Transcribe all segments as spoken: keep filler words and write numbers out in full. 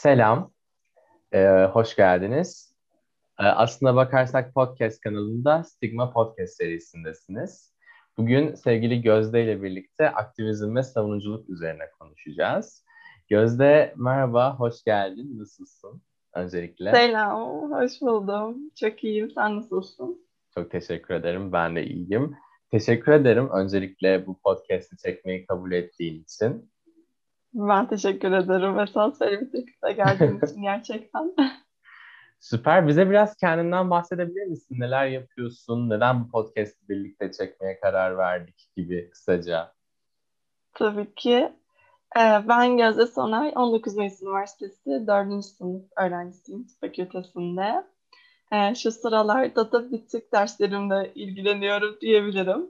Selam, ee, hoş geldiniz. Ee, aslına bakarsak podcast kanalında Stigma Podcast serisindesiniz. Bugün sevgili Gözde ile birlikte aktivizm ve savunuculuk üzerine konuşacağız. Gözde, merhaba, hoş geldin. Nasılsın öncelikle? Selam, hoş buldum. Çok iyiyim. Sen nasılsın? Çok teşekkür ederim, ben de iyiyim. Teşekkür ederim öncelikle bu podcast'i çekmeyi kabul ettiğin için. Ben teşekkür ederim. Ve sen sevgili geldiğin için gerçekten. Süper. Bize biraz kendinden bahsedebilir misin? Neler yapıyorsun? Neden bu podcast'i birlikte çekmeye karar verdik gibi kısaca? Tabii ki. Ee, Ben Gözde Sonay, on dokuz Mayıs Üniversitesi dördüncü sınıf öğrencisiyim tıp fakültesinde. Ee, şu sıralarda da bir tık derslerimle ilgileniyorum diyebilirim.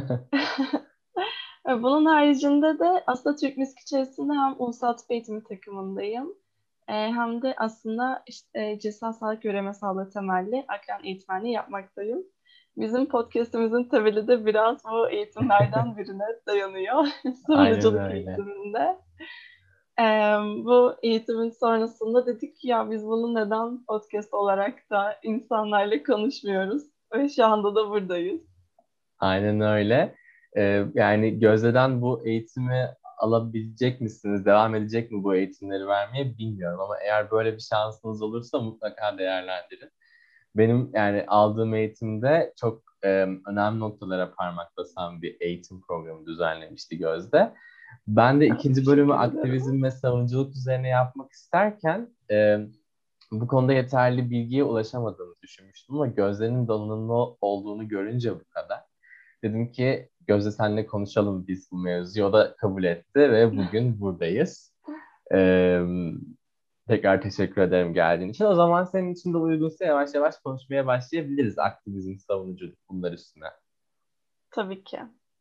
Ee, Bunun haricinde de aslında Türk Müzik içerisinde hem ulusal tıp eğitimi takımındayım. Ee, hem de aslında işte e, cinsel sağlık ve üreme sağlığı temelli akran eğitmenliği yapmaktayım. Bizim podcastimizin temeli de biraz bu eğitimlerden birine dayanıyor. Aynen Savunuculuk öyle. eğitiminde. Ee, Bu eğitimin sonrasında dedik ki ya biz bunu neden podcast olarak da insanlarla konuşmuyoruz? Ve şu anda da buradayız. Aynen öyle. Ee, yani Gözde'den bu eğitimi alabilecek misiniz? Devam edecek mi bu eğitimleri vermeye bilmiyorum ama eğer böyle bir şansınız olursa mutlaka değerlendirin. Benim yani aldığım eğitimde çok e, önemli noktalara parmak basan bir eğitim programı düzenlemişti Gözde. Ben de Ya, ikinci bölümü teşekkür ederim. aktivizm ve savunuculuk üzerine yapmak isterken e, bu konuda yeterli bilgiye ulaşamadığımı düşünmüştüm ama Gözde'nin donanımlı olduğunu görünce bu kadar. Dedim ki Gözde seninle konuşalım biz bu mevzuyu. O da kabul etti ve bugün buradayız. E, Tekrar teşekkür ederim geldiğin için. O zaman senin için de uygunsa yavaş yavaş konuşmaya başlayabiliriz. Aktivizm, savunuculuk bunlar üstüne. Tabii ki.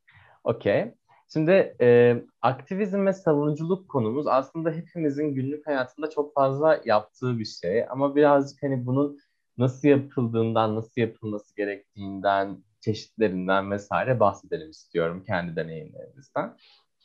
Okey. Şimdi e, aktivizm ve savunuculuk konumuz aslında hepimizin günlük hayatında çok fazla yaptığı bir şey. Ama birazcık hani bunun nasıl yapıldığından, nasıl yapılması gerektiğinden, çeşitlerinden vesaire bahsedelim istiyorum kendi deneyimlerimizden.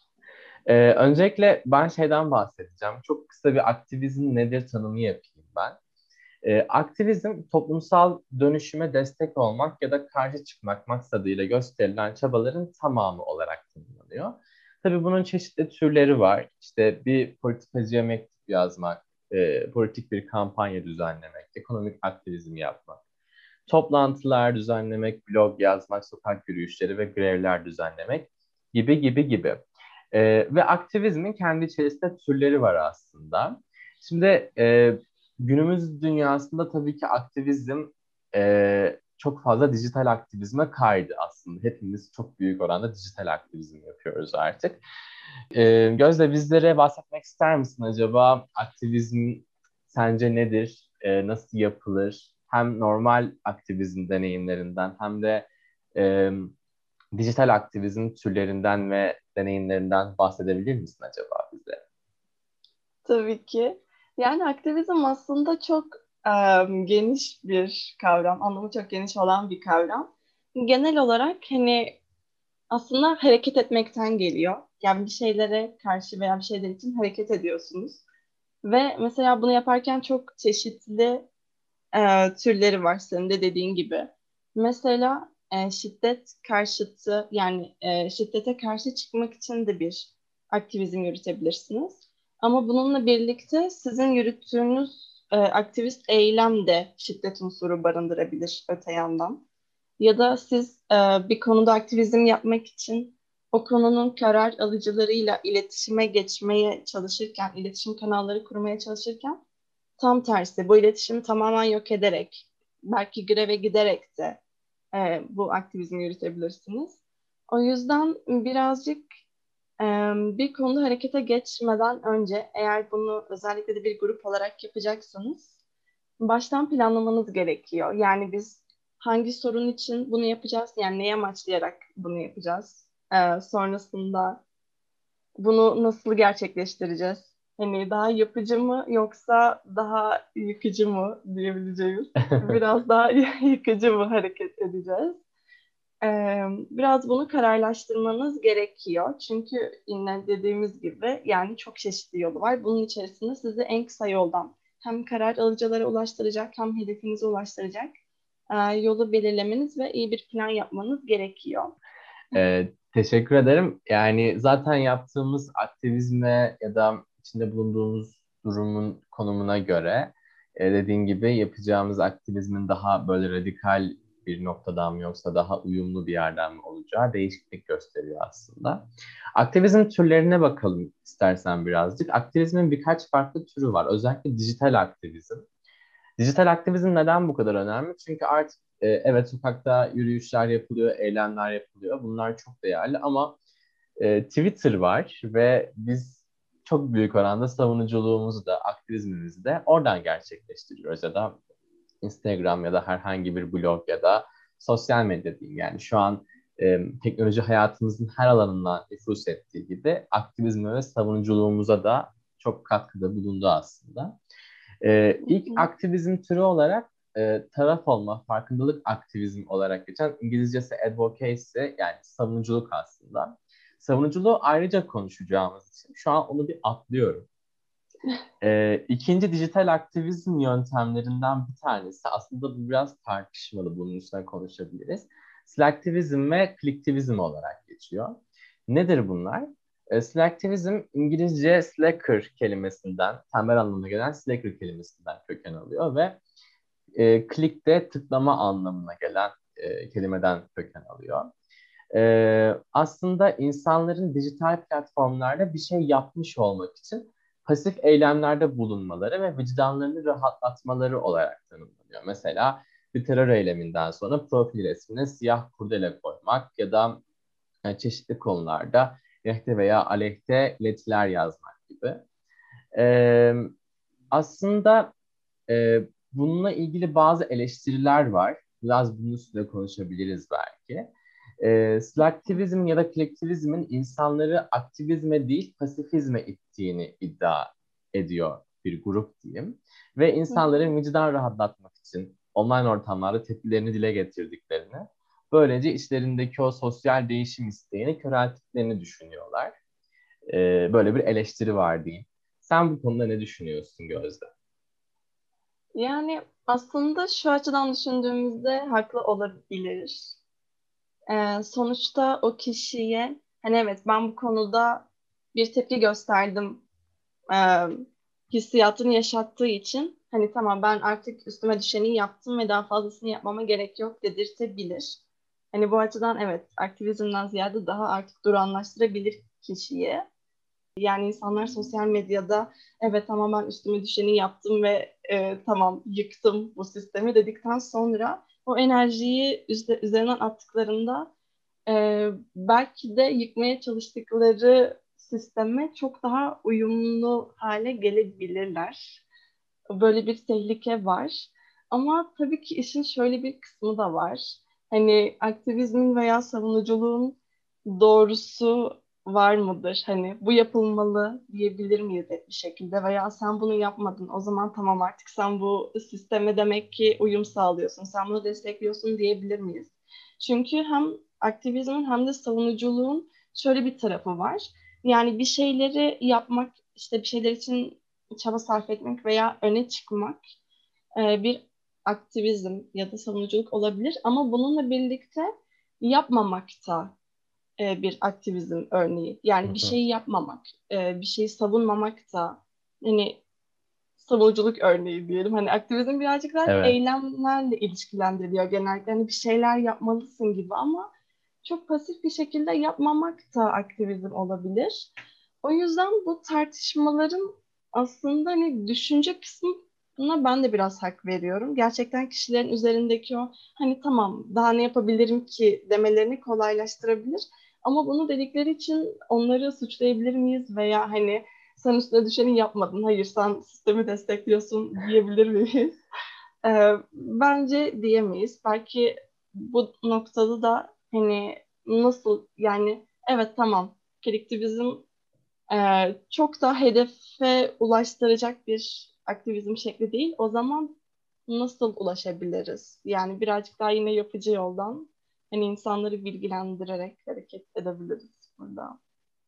E, öncelikle ben şeyden bahsedeceğim. Çok kısa bir aktivizm nedir tanımı yapayım ben. E, aktivizm toplumsal dönüşüme destek olmak ya da karşı çıkmak maksadıyla gösterilen çabaların tamamı olarak tanımlanıyor. Tabii bunun çeşitli türleri var. İşte bir politikacıya mektup yazmak, e, politik bir kampanya düzenlemek, ekonomik aktivizm yapmak, toplantılar düzenlemek, blog yazmak, sokak yürüyüşleri ve grevler düzenlemek gibi gibi gibi. E, ve aktivizmin kendi içerisinde türleri var aslında. Şimdi e, günümüz dünyasında tabii ki aktivizm e, çok fazla dijital aktivizme kaydı aslında. Hepimiz çok büyük oranda dijital aktivizm yapıyoruz artık. E, Gözde bizlere bahsetmek ister misin acaba? Aktivizm sence nedir? E, nasıl yapılır? Hem normal aktivizm deneyimlerinden hem de e, dijital aktivizm türlerinden ve deneyimlerinden bahsedebilir misin acaba bize? Tabii ki. Yani aktivizm aslında çok em, geniş bir kavram, anlamı çok geniş olan bir kavram. Genel olarak hani aslında hareket etmekten geliyor. Yani bir şeylere karşı veya bir şeyler için hareket ediyorsunuz. Ve mesela bunu yaparken çok çeşitli e, türleri var senin de dediğin gibi. Mesela e, şiddet karşıtı yani e, şiddete karşı çıkmak için de bir aktivizm yürütebilirsiniz. Ama bununla birlikte sizin yürüttüğünüz e, aktivist eylem de şiddet unsuru barındırabilir öte yandan. Ya da siz e, bir konuda aktivizm yapmak için o konunun karar alıcılarıyla iletişime geçmeye çalışırken, iletişim kanalları kurmaya çalışırken tam tersi, bu iletişimi tamamen yok ederek, belki greve giderek de e, bu aktivizmi yürütebilirsiniz. O yüzden birazcık e, bir konuda harekete geçmeden önce, eğer bunu özellikle de bir grup olarak yapacaksanız, baştan planlamanız gerekiyor. Yani biz hangi sorun için bunu yapacağız, yani neye amaçlayarak bunu yapacağız? E, sonrasında bunu nasıl gerçekleştireceğiz? Hani daha yapıcı mı yoksa daha yıkıcı mı diyebileceğimiz. Biraz daha yıkıcı mı hareket edeceğiz? Ee, biraz bunu kararlaştırmanız gerekiyor. Çünkü yine dediğimiz gibi yani çok çeşitli yolu var. Bunun içerisinde sizi en kısa yoldan hem karar alıcılara ulaştıracak hem hedefinize ulaştıracak e, yolu belirlemeniz ve iyi bir plan yapmanız gerekiyor. Ee, teşekkür ederim. Yani zaten yaptığımız aktivizme ya da içinde bulunduğumuz durumun konumuna göre e, dediğin gibi yapacağımız aktivizmin daha böyle radikal bir noktadan mı yoksa daha uyumlu bir yerden mi olacağı değişiklik gösteriyor aslında. Aktivizm türlerine bakalım istersen birazcık. Aktivizmin birkaç farklı türü var. Özellikle dijital aktivizm. Dijital aktivizm neden bu kadar önemli? Çünkü artık e, evet sokakta yürüyüşler yapılıyor, eylemler yapılıyor. Bunlar çok değerli ama e, Twitter var ve biz çok büyük oranda savunuculuğumuzu da aktivizmimizi de oradan gerçekleştiriyoruz ya da Instagram ya da herhangi bir blog ya da sosyal medya diyeyim. Yani şu an e, teknoloji hayatımızın her alanına nüfuz ettiği gibi aktivizme ve savunuculuğumuza da çok katkıda bulundu aslında. Ee, Hı ilk hı. aktivizm türü olarak e, taraf olma, farkındalık aktivizm olarak geçen İngilizcesi advocacy yani savunuculuk aslında. Savunuculuğu ayrıca konuşacağımız için şu an onu bir atlıyorum. Ee, ikinci dijital aktivizm yöntemlerinden bir tanesi aslında bu biraz tartışmalı bunun üstüne konuşabiliriz. Selektivizm ve kliktivizm olarak geçiyor. Nedir bunlar? E, selektivizm İngilizce slacker kelimesinden, tembel anlamına gelen slacker kelimesinden köken alıyor ve e, click de tıklama anlamına gelen e, kelimeden köken alıyor. E, aslında insanların dijital platformlarda bir şey yapmış olmak için pasif eylemlerde bulunmaları ve vicdanlarını rahatlatmaları olarak tanımlanıyor. Mesela bir terör eyleminden sonra profil resmine siyah kurdele koymak ya da yani çeşitli konularda lehte veya aleyhte iletiler yazmak gibi. Ee, aslında e, bununla ilgili bazı eleştiriler var. Biraz bunun üstüne konuşabiliriz belki. Ee, selektivizm ya da kolektivizmin insanları aktivizme değil pasifizme ittiğini iddia ediyor bir grup diyeyim. Ve Hı hı. insanların vicdan rahatlatmak için online ortamlarda tepkilerini dile getirdiklerini, böylece içlerindeki o sosyal değişim isteğini körelttiklerini düşünüyorlar. Ee, böyle bir eleştiri var diyeyim. Sen bu konuda ne düşünüyorsun Gözde? Yani aslında şu açıdan düşündüğümüzde haklı olabilir. Ee, sonuçta o kişiye hani evet ben bu konuda bir tepki gösterdim e, hissiyatını yaşattığı için hani tamam ben artık üstüme düşeni yaptım ve daha fazlasını yapmama gerek yok dedirtebilir. Hani bu açıdan evet aktivizmden ziyade daha artık duranlaştırabilir kişiyi. Yani insanlar sosyal medyada evet tamam ben üstüme düşeni yaptım ve e, tamam yıktım bu sistemi dedikten sonra o enerjiyi üze- üzerinden attıklarında e, belki de yıkmaya çalıştıkları sisteme çok daha uyumlu hale gelebilirler. Böyle bir tehlike var. Ama tabii ki işin şöyle bir kısmı da var. Hani aktivizmin veya savunuculuğun doğrusu var mıdır? Hani bu yapılmalı diyebilir miyiz net bir şekilde? Veya sen bunu yapmadın, o zaman tamam artık sen bu sisteme demek ki uyum sağlıyorsun, sen bunu destekliyorsun diyebilir miyiz? Çünkü hem aktivizmin hem de savunuculuğun şöyle bir tarafı var. Yani bir şeyleri yapmak, işte bir şeyler için çaba sarf etmek veya öne çıkmak e, bir aktivizm ya da savunuculuk olabilir. Ama bununla birlikte yapmamak da e, bir aktivizm örneği. Hı Yani bir hı. şeyi yapmamak, e, bir şeyi savunmamak da hani savunuculuk örneği diyelim. Hani aktivizm birazcık daha Evet. eylemlerle ilişkilendiriliyor genellikle. Hani bir şeyler yapmalısın gibi ama çok pasif bir şekilde yapmamak da aktivizm olabilir. O yüzden bu tartışmaların aslında hani düşünce kısmına ben de biraz hak veriyorum. Gerçekten kişilerin üzerindeki o hani tamam daha ne yapabilirim ki demelerini kolaylaştırabilir. Ama bunu dedikleri için onları suçlayabilir miyiz veya hani sen üstüne düşeni yapmadın, hayır sen sistemi destekliyorsun diyebilir miyiz? Ee, bence diyemeyiz. Belki bu noktada da hani nasıl yani evet tamam kolektivizm e, çok da hedefe ulaştıracak bir aktivizm şekli değil. O zaman nasıl ulaşabiliriz? Yani birazcık daha yine yapıcı yoldan. hani insanları bilgilendirerek hareket edebiliriz burada.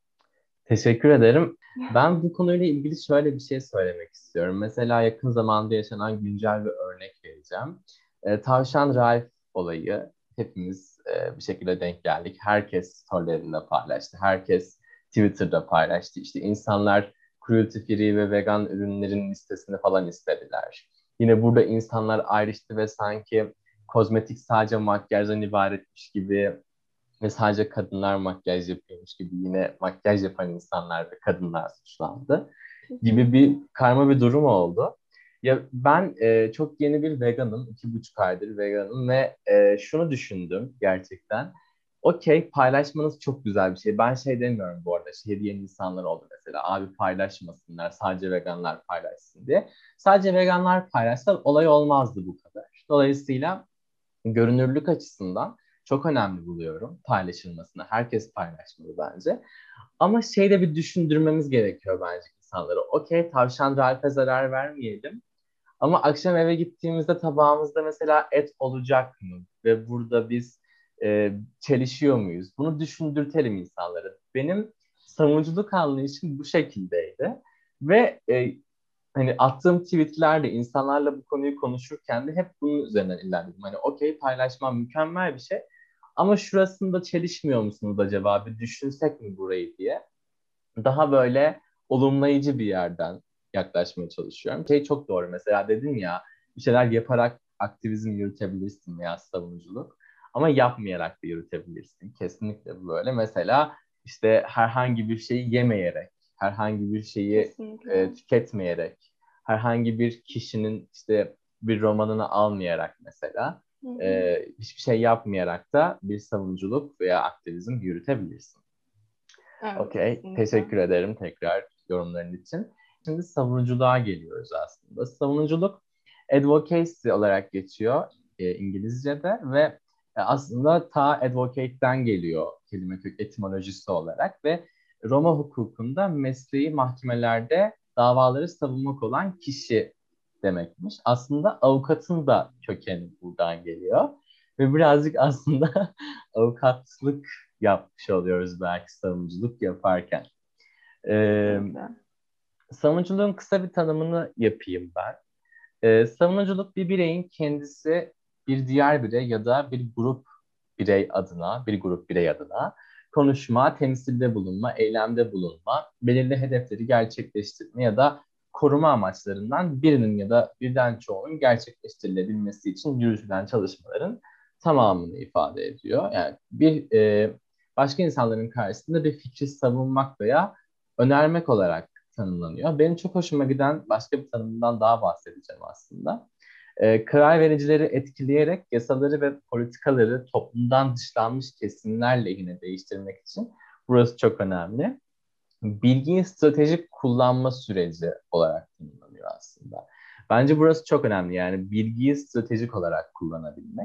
Teşekkür ederim. Ben bu konuyla ilgili şöyle bir şey söylemek istiyorum. Mesela yakın zamanda yaşanan güncel bir örnek vereceğim. E, Tavşan Ralph olayı hepimiz e, bir şekilde denk geldik. Herkes storylerinde paylaştı. Herkes Twitter'da paylaştı. İşte insanlar cruelty free ve vegan ürünlerin listesini falan istediler. Yine burada insanlar ayrıştı ve sanki kozmetik sadece makyajdan ibaretmiş gibi ve sadece kadınlar makyaj yapıyormuş gibi yine makyaj yapan insanlar ve kadınlar suçlandı gibi bir karma bir durum oldu. Ya ben e, çok yeni bir veganım, iki buçuk aydır veganım ve e, şunu düşündüm gerçekten. Okey, paylaşmanız çok güzel bir şey. Ben şey demiyorum bu arada, şey diyen insanlar oldu mesela. Abi paylaşmasınlar, sadece veganlar paylaşsın diye. Sadece veganlar paylaşsa olay olmazdı bu kadar. Dolayısıyla görünürlük açısından çok önemli buluyorum paylaşılmasını. Herkes paylaşmalı bence. Ama şeyde bir düşündürmemiz gerekiyor bence insanları. Okey, tavşan Ralph'e zarar vermeyelim. Ama akşam eve gittiğimizde tabağımızda mesela et olacak mı? Ve burada biz e, çelişiyor muyuz? Bunu düşündürtelim insanlara. Benim savunuculuk anlayışım bu şekildeydi. Ve e, hani attığım tweetlerle insanlarla bu konuyu konuşurken de hep bunun üzerinden ilerledim. Hani okey, paylaşmam mükemmel bir şey ama şurasında çelişmiyor musunuz acaba, bir düşünsek mi burayı diye. Daha böyle olumlayıcı bir yerden yaklaşmaya çalışıyorum. Şey çok doğru, mesela dedin ya, bir şeyler yaparak aktivizm yürütebilirsin veya savunuculuk ama yapmayarak da yürütebilirsin. Kesinlikle böyle. Mesela işte herhangi bir şeyi yemeyerek, herhangi bir şeyi e, Kesinlikle. tüketmeyerek, herhangi bir kişinin işte bir romanını almayarak mesela Hı hı. e, hiçbir şey yapmayarak da bir savunuculuk veya aktivizm yürütebilirsin. Evet, Okey, kesinlikle. teşekkür ederim tekrar yorumların için. Şimdi savunuculuğa geliyoruz aslında. Savunuculuk advocacy olarak geçiyor e, İngilizce'de ve e, aslında ta advocate'den geliyor kelime kök etimolojisi olarak ve Roma hukukunda mesleği mahkemelerde davaları savunmak olan kişi demekmiş. Aslında avukatın da kökeni buradan geliyor ve birazcık aslında avukatlık yapmış oluyoruz belki savunuculuk yaparken. Ee, Kesinlikle. Savunuculuğun kısa bir tanımını yapayım ben. Ee, savunuculuk bir bireyin kendisi bir diğer birey ya da bir grup birey adına, bir grup birey adına konuşma, temsilde bulunma, eylemde bulunma, belirli hedefleri gerçekleştirme ya da koruma amaçlarından birinin ya da birden çoğunun gerçekleştirilebilmesi için yürütülen çalışmaların tamamını ifade ediyor. Yani bir e, başka insanların karşısında bir fikri savunmak veya önermek olarak tanımlanıyor. Benim çok hoşuma giden başka bir tanımdan daha bahsedeceğim aslında. Ee, karar vericileri etkileyerek yasaları ve politikaları toplumdan dışlanmış kesimler lehine değiştirmek için burası çok önemli. Bilgiyi stratejik kullanma süreci olarak tanımlanıyor aslında. Bence burası çok önemli, yani bilgiyi stratejik olarak kullanabilmek.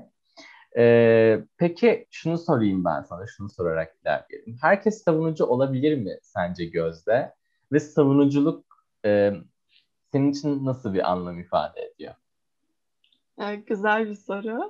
Ee, peki şunu sorayım ben sana, şunu sorarak ilerleyelim. Herkes savunucu olabilir mi sence Gözde? Ve savunuculuk e, senin için nasıl bir anlam ifade ediyor? Evet, güzel bir soru.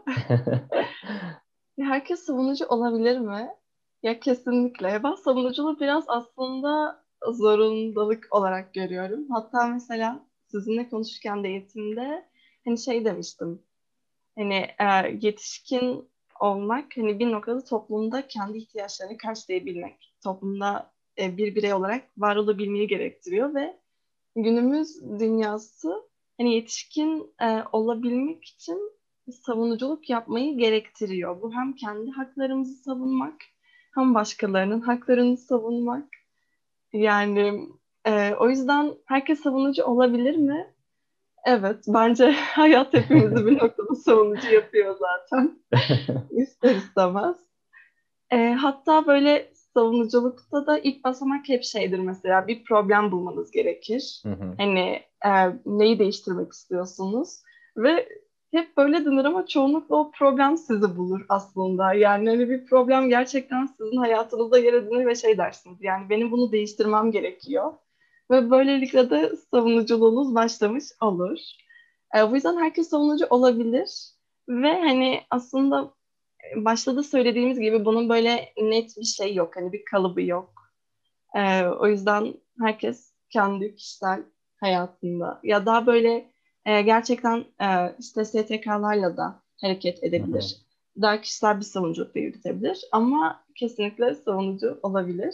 Herkes savunucu olabilir mi? Ya kesinlikle. Ben savunuculuğu biraz aslında zorundalık olarak görüyorum. Hatta mesela sizinle konuşurken de eğitimde hani şey demiştim. Hani e, yetişkin olmak hani bir noktada toplumda kendi ihtiyaçlarını karşılayabilmek, toplumda e, bir birey olarak var olabilmeyi gerektiriyor ve günümüz dünyası hani yetişkin e, olabilmek için savunuculuk yapmayı gerektiriyor. Bu hem kendi haklarımızı savunmak, hem başkalarının haklarını savunmak. Yani e, o yüzden herkes savunucu olabilir mi? Evet, bence hayat hepimizi bir noktada savunucu yapıyor zaten. İster istemez. E, hatta böyle savunuculukta da ilk basamak hep şeydir mesela bir problem bulmanız gerekir. Hı hı. Hani e, neyi değiştirmek istiyorsunuz ve hep böyle denir ama çoğunlukla o problem sizi bulur aslında. Yani hani bir problem gerçekten sizin hayatınızda yer edinir ve şey dersiniz. Yani benim bunu değiştirmem gerekiyor. Ve böylelikle de savunuculuğunuz başlamış olur. E, bu yüzden herkes savunucu olabilir ve hani aslında başta da söylediğimiz gibi bunun böyle net bir şey yok. Hani bir kalıbı yok. Ee, o yüzden herkes kendi kişisel hayatında ya daha böyle e, gerçekten e, işte S T K'larla da hareket Hı hı. edebilir. Daha kişisel bir savunuculuk da yürütebilir ama kesinlikle savunucu olabilir.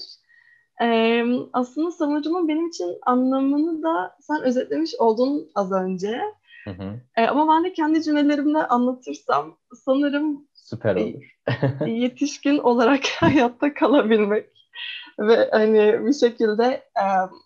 Ee, aslında savunuculuğun benim için anlamını da sen özetlemiş oldun az önce. Hı hı. Ee, ama ben de kendi cümlelerimle anlatırsam sanırım Süper e, olur. yetişkin olarak hayatta kalabilmek ve hani bir şekilde e,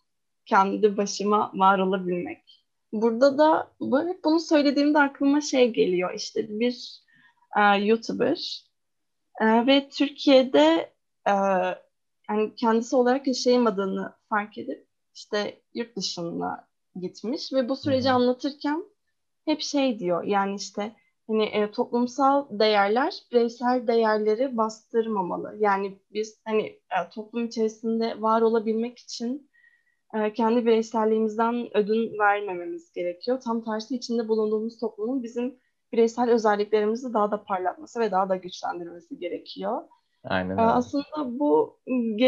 kendi başıma var olabilmek. Burada da böyle bunu söylediğimde aklıma şey geliyor işte bir e, YouTuber e, ve Türkiye'de e, yani kendisi olarak yaşayamadığını fark edip işte yurt dışına gitmiş ve bu Hı süreci hı. anlatırken hep şey diyor yani işte hani e, toplumsal değerler bireysel değerleri bastırmamalı. Yani biz hani e, toplum içerisinde var olabilmek için e, kendi bireyselliğimizden ödün vermememiz gerekiyor. Tam tersi içinde bulunduğumuz toplumun bizim bireysel özelliklerimizi daha da parlatması ve daha da güçlendirmesi gerekiyor. Aynen E, öyle. aslında bu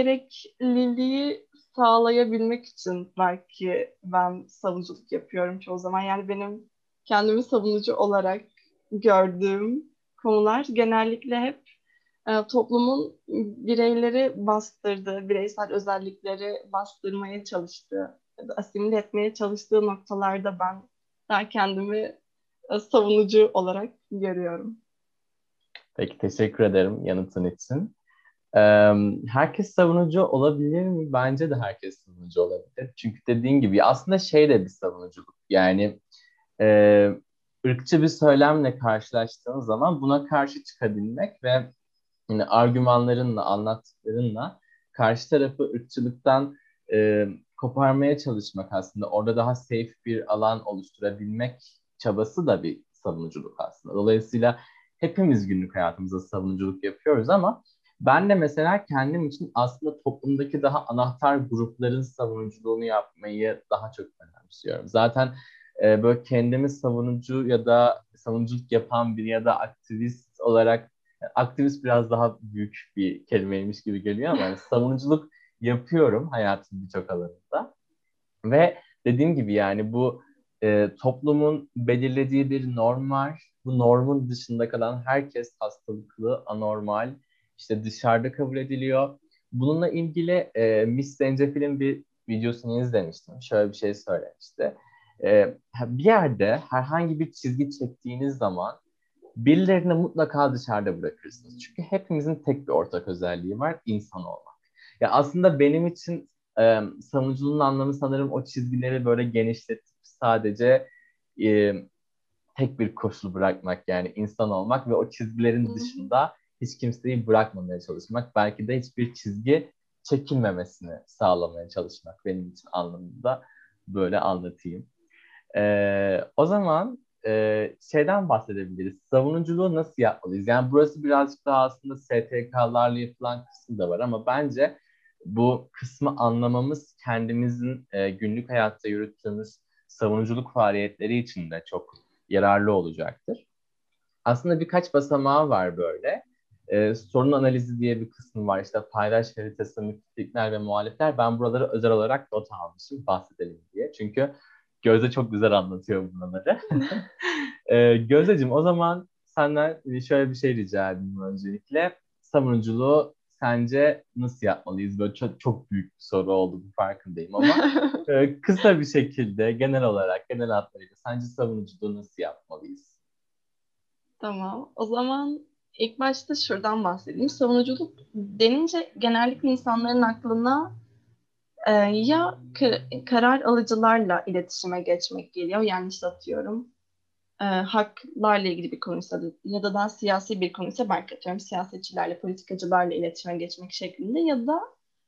gerekliliği sağlayabilmek için belki ben savunuculuk yapıyorum çoğu zaman. Yani benim kendimi savunucu olarak gördüğüm konular genellikle hep e, toplumun bireyleri bastırdığı, bireysel özellikleri bastırmaya çalıştığı, ya da asimile etmeye çalıştığı noktalarda ben daha kendimi e, savunucu olarak görüyorum. Peki teşekkür ederim yanıtın için. Ee, herkes savunucu olabilir mi? Bence de herkes savunucu olabilir. Çünkü dediğin gibi aslında şey de bir savunuculuk. Yani e, ırkçı bir söylemle karşılaştığın zaman buna karşı çıkabilmek ve yine argümanlarınla, anlattıklarınla karşı tarafı ırkçılıktan e, koparmaya çalışmak aslında. Orada daha safe bir alan oluşturabilmek çabası da bir savunuculuk aslında. Dolayısıyla hepimiz günlük hayatımızda savunuculuk yapıyoruz ama ben de mesela kendim için aslında toplumdaki daha anahtar grupların savunuculuğunu yapmayı daha çok önemsiyorum. Zaten e, böyle kendimi savunucu ya da savunuculuk yapan bir ya da aktivist olarak, aktivist biraz daha büyük bir kelimeymiş gibi geliyor ama hani savunuculuk yapıyorum hayatın birçok alanında. Ve dediğim gibi yani bu e, toplumun belirlediği bir norm var. Bu normun dışında kalan herkes hastalıklı, anormal, işte dışarıda kabul ediliyor. Bununla ilgili e, Miss Zencefil'in bir videosunu izlemiştim. Şöyle bir şey söylemişti. E, bir yerde herhangi bir çizgi çektiğiniz zaman birilerini mutlaka dışarıda bırakırsınız. Çünkü hepimizin tek bir ortak özelliği var, insan olmak. Ya aslında benim için e, savunuculuğun anlamı sanırım o çizgileri böyle genişletip sadece e, tek bir koşul bırakmak, yani insan olmak ve o Hı çizgilerin hı. dışında hiç kimseyi bırakmamaya çalışmak. Belki de hiçbir çizgi çekilmemesini sağlamaya çalışmak benim için anlamında, böyle anlatayım. Ee, o zaman e, şeyden bahsedebiliriz. Savunuculuğu nasıl yapmalıyız? Yani burası birazcık daha aslında S T K'larla yapılan kısım da var ama bence bu kısmı anlamamız kendimizin e, günlük hayatta yürüttüğümüz savunuculuk faaliyetleri için de çok yararlı olacaktır. Aslında birkaç basamağı var böyle. Ee, sorun analizi diye bir kısım var. İşte paylaş haritası, müttefikler ve muhalifler. Ben buraları özel olarak not almışım bahsedelim diye. Çünkü Gözde çok güzel anlatıyor bunları. Ee, Gözdeciğim, o zaman senden şöyle bir şey rica edeyim öncelikle. Savunuculuğu sence nasıl yapmalıyız? Böyle çok, çok büyük bir soru oldu, bu farkındayım ama e, kısa bir şekilde genel olarak, genel hatlarıyla sence savunuculuğu nasıl yapmalıyız? Tamam. O zaman ilk başta şuradan bahsedeyim. Savunuculuk denince genellikle insanların aklına e, ya ka- karar alıcılarla iletişime geçmek geliyor. Yani işte atıyorum e, haklarla ilgili bir konuysa da- ya da daha siyasi bir konuysa belki atıyorum siyasetçilerle, politikacılarla iletişime geçmek şeklinde ya da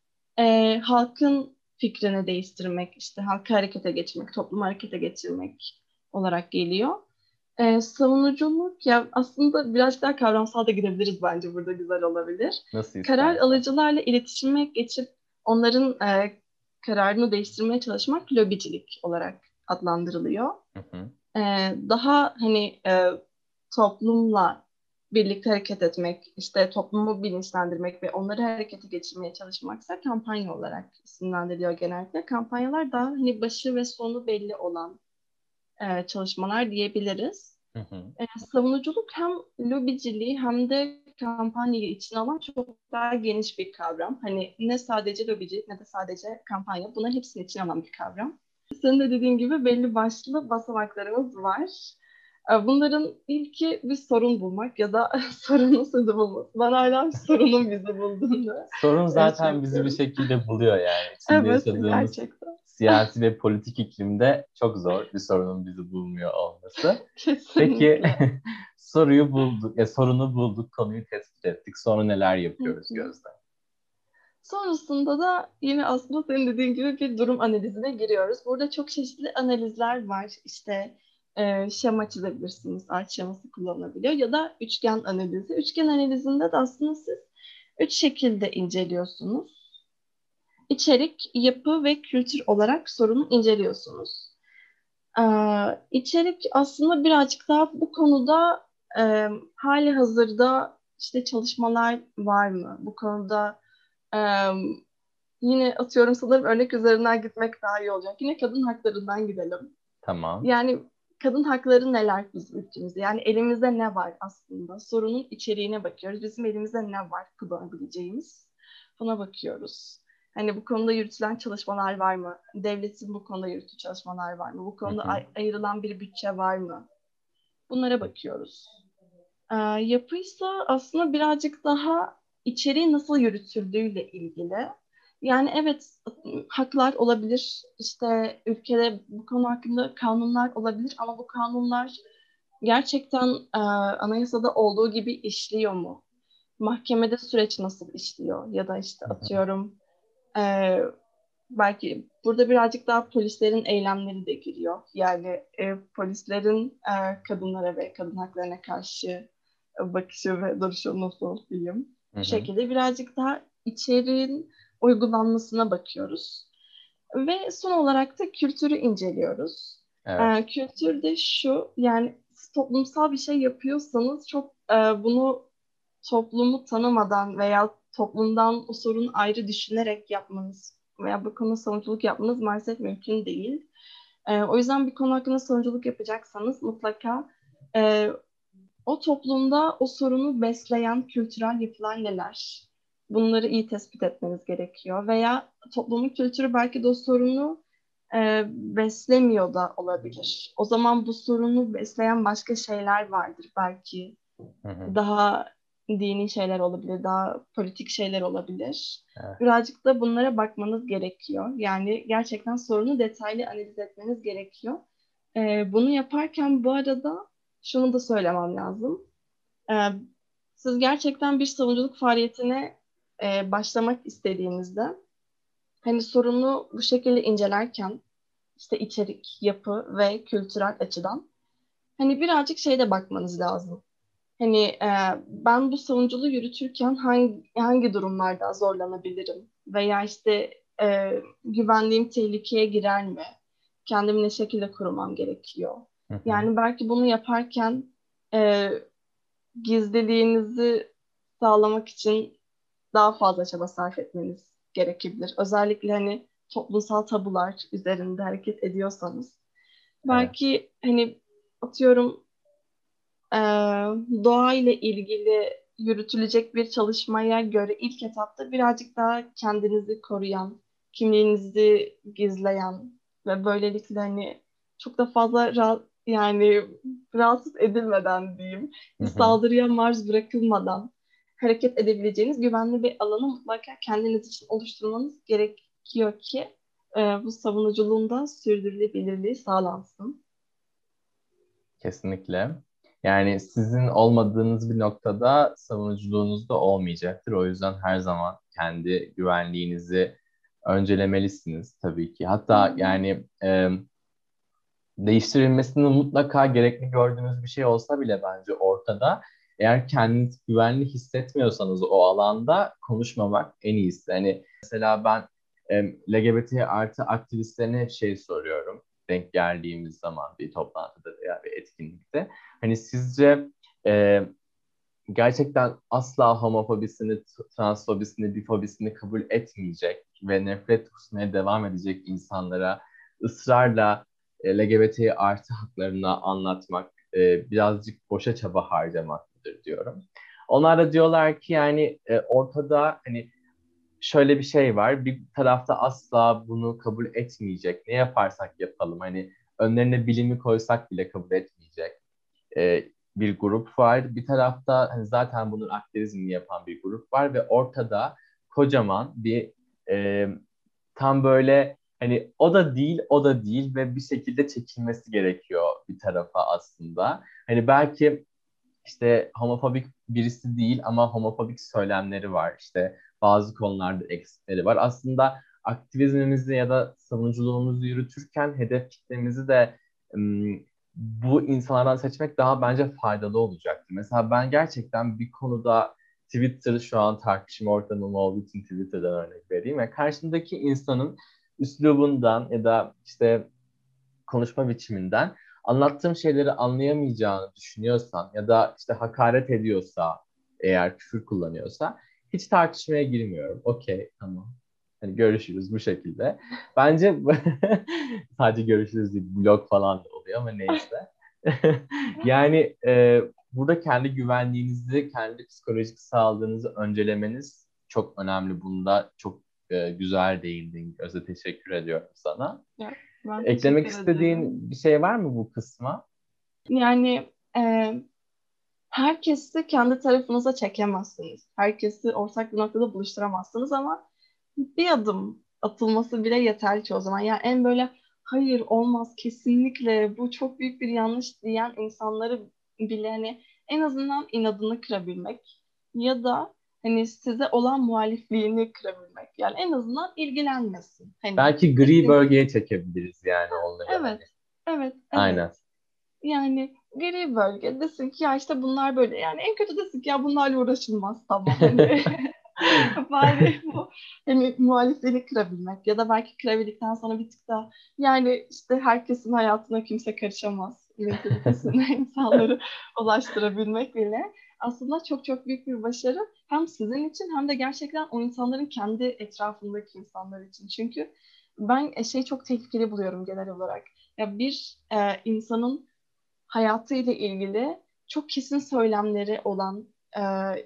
e, halkın fikrini değiştirmek, işte halkı harekete geçirmek, toplumu harekete geçirmek olarak geliyor. E, savunuculuk ya aslında biraz daha kavramsal da gidebiliriz bence burada güzel olabilir. Nasıl Karar istersen. alıcılarla iletişime geçip onların e, kararını değiştirmeye çalışmak lobicilik olarak adlandırılıyor. Hı hı. E, daha hani e, toplumla birlikte hareket etmek, işte toplumu bilinçlendirmek ve onları harekete geçirmeye çalışmaksa kampanya olarak isimlendiriliyor genellikle. Kampanyalar daha hani başı ve sonu belli olan e, çalışmalar diyebiliriz. Hı hı. E, savunuculuk hem lobiciliği hem de kampanyayı içine alan çok daha geniş bir kavram. Hani ne sadece lobicilik ne de sadece kampanya. Bunların hepsini içine alan bir kavram. Senin de dediğin gibi belli başlı basamaklarımız var. E, Bunların ilki bir sorun bulmak ya da sorunun sözü bulması. Ben hala bir sorunun bizi bulduğunu Sorun e, şey zaten bizi bir yapıyorum. şekilde buluyor yani. İçinde Evet, yaşadığımız gerçekten. siyasi ve politik iklimde çok zor bir sorunun bizi bulmuyor olması. Peki Kesinlikle. soruyu bulduk, ya sorunu bulduk, konuyu tespit ettik. Sonra neler Hı yapıyoruz hı. Gözde? Sonrasında da yine aslında senin dediğin gibi bir durum analizine giriyoruz. Burada çok çeşitli analizler var. İşte e, şema çizebilirsiniz, art şeması kullanılabiliyor ya da üçgen analizi. Üçgen analizinde de aslında siz üç şekilde inceliyorsunuz. İçerik, yapı ve kültür olarak sorunu inceliyorsunuz. Ee, içerik aslında birazcık daha bu konuda e, hali hazırda işte çalışmalar var mı? Bu konuda e, yine atıyorum sanırım örnek üzerinden gitmek daha iyi olacak. Yine kadın haklarından gidelim. Tamam. Yani kadın hakları neler bizim ülkemizde? Yani elimizde ne var aslında? Sorunun içeriğine bakıyoruz. Bizim elimizde ne var kullanabileceğimiz? Buna bakıyoruz. Hani bu konuda yürütülen çalışmalar var mı? Devletin bu konuda yürüttüğü çalışmalar var mı? Bu Hı konuda hı. ay- ayrılan bir bütçe var mı? Bunlara bakıyoruz. Ee, yapıysa aslında birazcık daha içeriği nasıl yürütüldüğüyle ilgili. Yani evet haklar olabilir. İşte ülkede bu konu hakkında kanunlar olabilir ama bu kanunlar gerçekten e, anayasada olduğu gibi işliyor mu? Mahkemede süreç nasıl işliyor? Ya da işte Hı hı. atıyorum e, belki burada birazcık daha polislerin eylemleri de giriyor. Yani e, polislerin e, kadınlara ve kadın haklarına karşı e, bakışı ve duruşu nasıl diyeyim. Hı Bu hı. şekilde birazcık daha içeriğin uygulanmasına bakıyoruz. Ve son olarak da kültürü inceliyoruz. Evet. E, kültür de şu, yani siz toplumsal bir şey yapıyorsanız çok e, bunu toplumu tanımadan veya toplumdan o sorunu ayrı düşünerek yapmanız veya bu konuda savunuculuk yapmanız maalesef mümkün değil. Ee, o yüzden bir konu hakkında savunuculuk yapacaksanız mutlaka e, o toplumda o sorunu besleyen kültürel yapılar neler? Bunları iyi tespit etmeniz gerekiyor. Veya toplumun kültürü belki de o sorunu e, beslemiyor da olabilir. O zaman bu sorunu besleyen başka şeyler vardır belki Hı hı. daha dini şeyler olabilir, daha politik şeyler olabilir. Evet. Birazcık da bunlara bakmanız gerekiyor. Yani gerçekten sorunu detaylı analiz etmeniz gerekiyor. Ee, bunu yaparken bu arada şunu da söylemem lazım. Ee, siz gerçekten bir savunuculuk faaliyetine e, başlamak istediğinizde hani sorunu bu şekilde incelerken işte içerik, yapı ve kültürel açıdan hani birazcık şeyde bakmanız lazım. Hani e, ben bu savunuculuğu yürütürken hangi hangi durumlarda zorlanabilirim? Veya işte e, güvenliğim tehlikeye girer mi? Kendimi ne şekilde korumam gerekiyor? Hı hı. Yani belki bunu yaparken e, gizliliğinizi sağlamak için daha fazla çaba sarf etmeniz gerekebilir. Özellikle hani toplumsal tabular üzerinde hareket ediyorsanız. Evet. Belki hani atıyorum e, doğa ile ilgili yürütülecek bir çalışmaya göre ilk etapta birazcık daha kendinizi koruyan, kimliğinizi gizleyen ve böylelikle hani çok da fazla ra- yani rahatsız edilmeden diyeyim, Hı bir hı. saldırıya maruz bırakılmadan hareket edebileceğiniz güvenli bir alanı mutlaka kendiniz için oluşturmanız gerekiyor ki e, bu savunuculuğun da sürdürülebilirliği sağlansın. Kesinlikle. Yani sizin olmadığınız bir noktada savunuculuğunuz da olmayacaktır. O yüzden her zaman kendi güvenliğinizi öncelemelisiniz tabii ki. Hı Hatta hı. yani e, değiştirilmesini mutlaka gerekli gördüğünüz bir şey olsa bile bence ortada. Eğer kendinizi güvenli hissetmiyorsanız o alanda konuşmamak en iyisi. Hani mesela ben e, L G B T artı aktivistlerine hep şey soruyorum. Denk geldiğimiz zaman bir toplantıda veya bir etkinlikte. Hani sizce e, gerçekten asla homofobisini, transfobisini, bifobisini kabul etmeyecek ve nefret kusmaya devam edecek insanlara ısrarla e, L G B T artı haklarını anlatmak e, birazcık boşa çaba harcamaktadır diyorum. Onlar da diyorlar ki yani e, ortada hani şöyle bir şey var. Bir tarafta asla bunu kabul etmeyecek. Ne yaparsak yapalım. Hani önlerine bilimi koysak bile kabul etmeyecek e, bir grup var. Bir tarafta hani zaten bunun aktivizmini yapan bir grup var ve ortada kocaman bir e, tam böyle hani o da değil, o da değil ve bir şekilde çekilmesi gerekiyor bir tarafa aslında. Hani belki işte homofobik birisi değil ama homofobik söylemleri var. İşte bazı konularda eksikleri var. Aslında aktivizmimizi ya da savunuculuğumuzu yürütürken hedef kitlemizi de ım, bu insanlardan seçmek daha bence faydalı olacaktı. Mesela ben gerçekten bir konuda Twitter şu an tartışma ortamım olduğu için Twitter'dan örnek vereyim. Ve karşımdaki insanın üslubundan ya da işte konuşma biçiminden anlattığım şeyleri anlayamayacağını düşünüyorsan ya da işte hakaret ediyorsa eğer küfür kullanıyorsa hiç tartışmaya girmiyorum. Okey, tamam. Hani görüşürüz bu şekilde. Bence sadece görüşürüz değil, blog falan da oluyor ama neyse. Yani e, burada kendi güvenliğinizi, kendi psikolojik sağlığınızı öncelemeniz çok önemli. Bunda çok e, güzel değindin. Gözde, teşekkür ediyorum sana. Ya, ben Eklemek teşekkür ederim. istediğin bir şey var mı bu kısma? Yani e, herkesi kendi tarafınıza çekemezsiniz. Herkesi ortak bir noktada buluşturamazsınız ama bir adım atılması bile yeterli ki o zaman. Yani en böyle hayır olmaz kesinlikle bu çok büyük bir yanlış diyen insanları bile hani en azından inadını kırabilmek ya da hani size olan muhalifliğini kırabilmek. Yani en azından ilgilenmesin. Hani Belki gri desin bölgeye çekebiliriz yani onları evet, hani. evet, evet. Aynen. Yani gri bölge desin ki ya işte bunlar böyle. Yani en kötü desin ki ya bunlarla uğraşılmaz tamam. Hani bari bu hani muhalifleri kırabilmek ya da belki kırabildikten sonra bir tık daha yani işte herkesin hayatına kimse karışamaz mentalitesine insanları ulaştırabilmek bile aslında çok çok büyük bir başarı. Hem sizin için hem de gerçekten o insanların kendi etrafındaki insanlar için. Çünkü ben e, şey çok tehlikeli buluyorum genel olarak. Ya bir e, insanın hayatıyla ilgili çok kesin söylemleri olan e,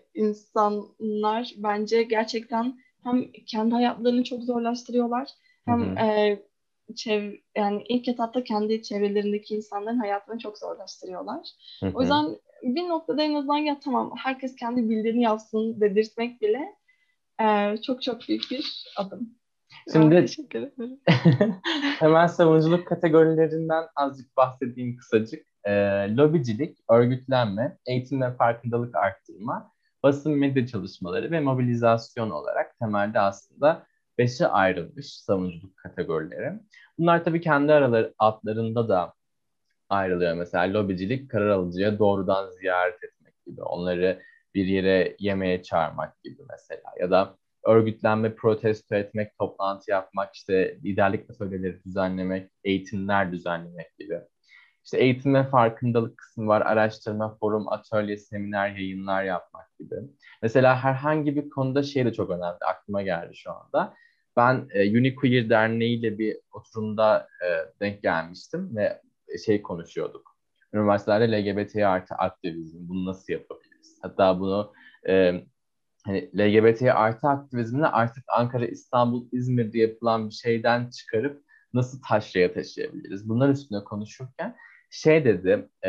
insanlar bence gerçekten hem kendi hayatlarını çok zorlaştırıyorlar Hı hem hı, e, çev yani ilk etapta kendi çevrelerindeki insanların hayatlarını çok zorlaştırıyorlar. hı O hı. yüzden bir noktada en azından ya tamam herkes kendi bildiğini yapsın dedirtmek bile e, çok çok büyük bir adım. Ben Şimdi teşekkür ederim. temel savunuculuk kategorilerinden azıcık bahsedeyim kısacık. Ee, lobicilik, örgütlenme, eğitim ve farkındalık arttırma, basın medya çalışmaları ve mobilizasyon olarak temelde aslında beşe ayrılmış savunuculuk kategorileri. Bunlar tabii kendi araları, adlarında da ayrılıyor. Mesela lobicilik, karar alıcıya doğrudan ziyaret etmek gibi. Onları bir yere yemeğe çağırmak gibi mesela. Ya da örgütlenme, protesto etmek, toplantı yapmak, işte liderlik atölyeleri düzenlemek, eğitimler düzenlemek gibi. İşte eğitim ve farkındalık kısmı var. Araştırma, forum, atölye, seminer, yayınlar yapmak gibi. Mesela herhangi bir konuda şey de çok önemli. Aklıma geldi şu anda. Ben e, Uniqueer Derneği ile bir oturumda e, denk gelmiştim ve şey konuşuyorduk. Üniversitelerde L G B T artı aktivizm, bunu nasıl yapabiliriz? Hatta bunu e, hani L G B T artı aktivizmini artık Ankara, İstanbul, İzmir'de yapılan bir şeyden çıkarıp nasıl taşraya taşıyabiliriz? Bunlar üstüne konuşurken şey dedi e,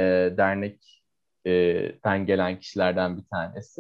dernekten gelen kişilerden bir tanesi.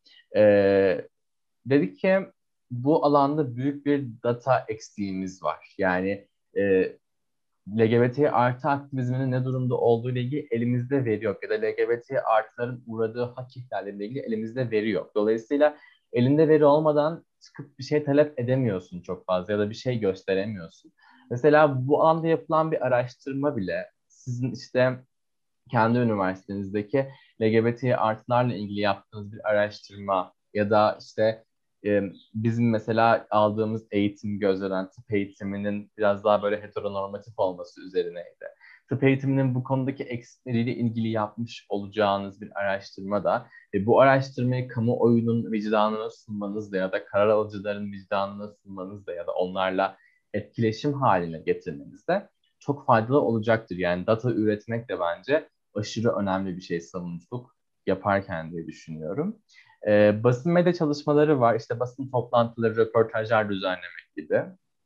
E, Dedi ki bu alanda büyük bir data eksiğimiz var. Yani e, L G B T artı aktivizminin ne durumda olduğu ile ilgili elimizde veri yok. Ya da L G B T artıların uğradığı hak ihlalleriyle ilgili elimizde veri yok. Dolayısıyla elinde veri olmadan çıkıp bir şey talep edemiyorsun çok fazla ya da bir şey gösteremiyorsun. Mesela bu alanda yapılan bir araştırma bile sizin işte kendi üniversitenizdeki L G B T artılarla ilgili yaptığınız bir araştırma ya da işte e, bizim mesela aldığımız eğitim gözlenen tıp eğitiminin biraz daha böyle heteronormatif olması üzerineydi. tıp eğitiminin bu konudaki eksikleriyle ilgili yapmış olacağınız bir araştırma da ve bu araştırmayı kamuoyunun vicdanına sunmanızla ya da karar alıcıların vicdanına sunmanızla ya da onlarla etkileşim haline getirmenizde çok faydalı olacaktır. Yani data üretmek de bence aşırı önemli bir şey savunuculuk yaparken diye düşünüyorum. Ee, basın medya çalışmaları var. İşte basın toplantıları, röportajlar düzenlemek gibi.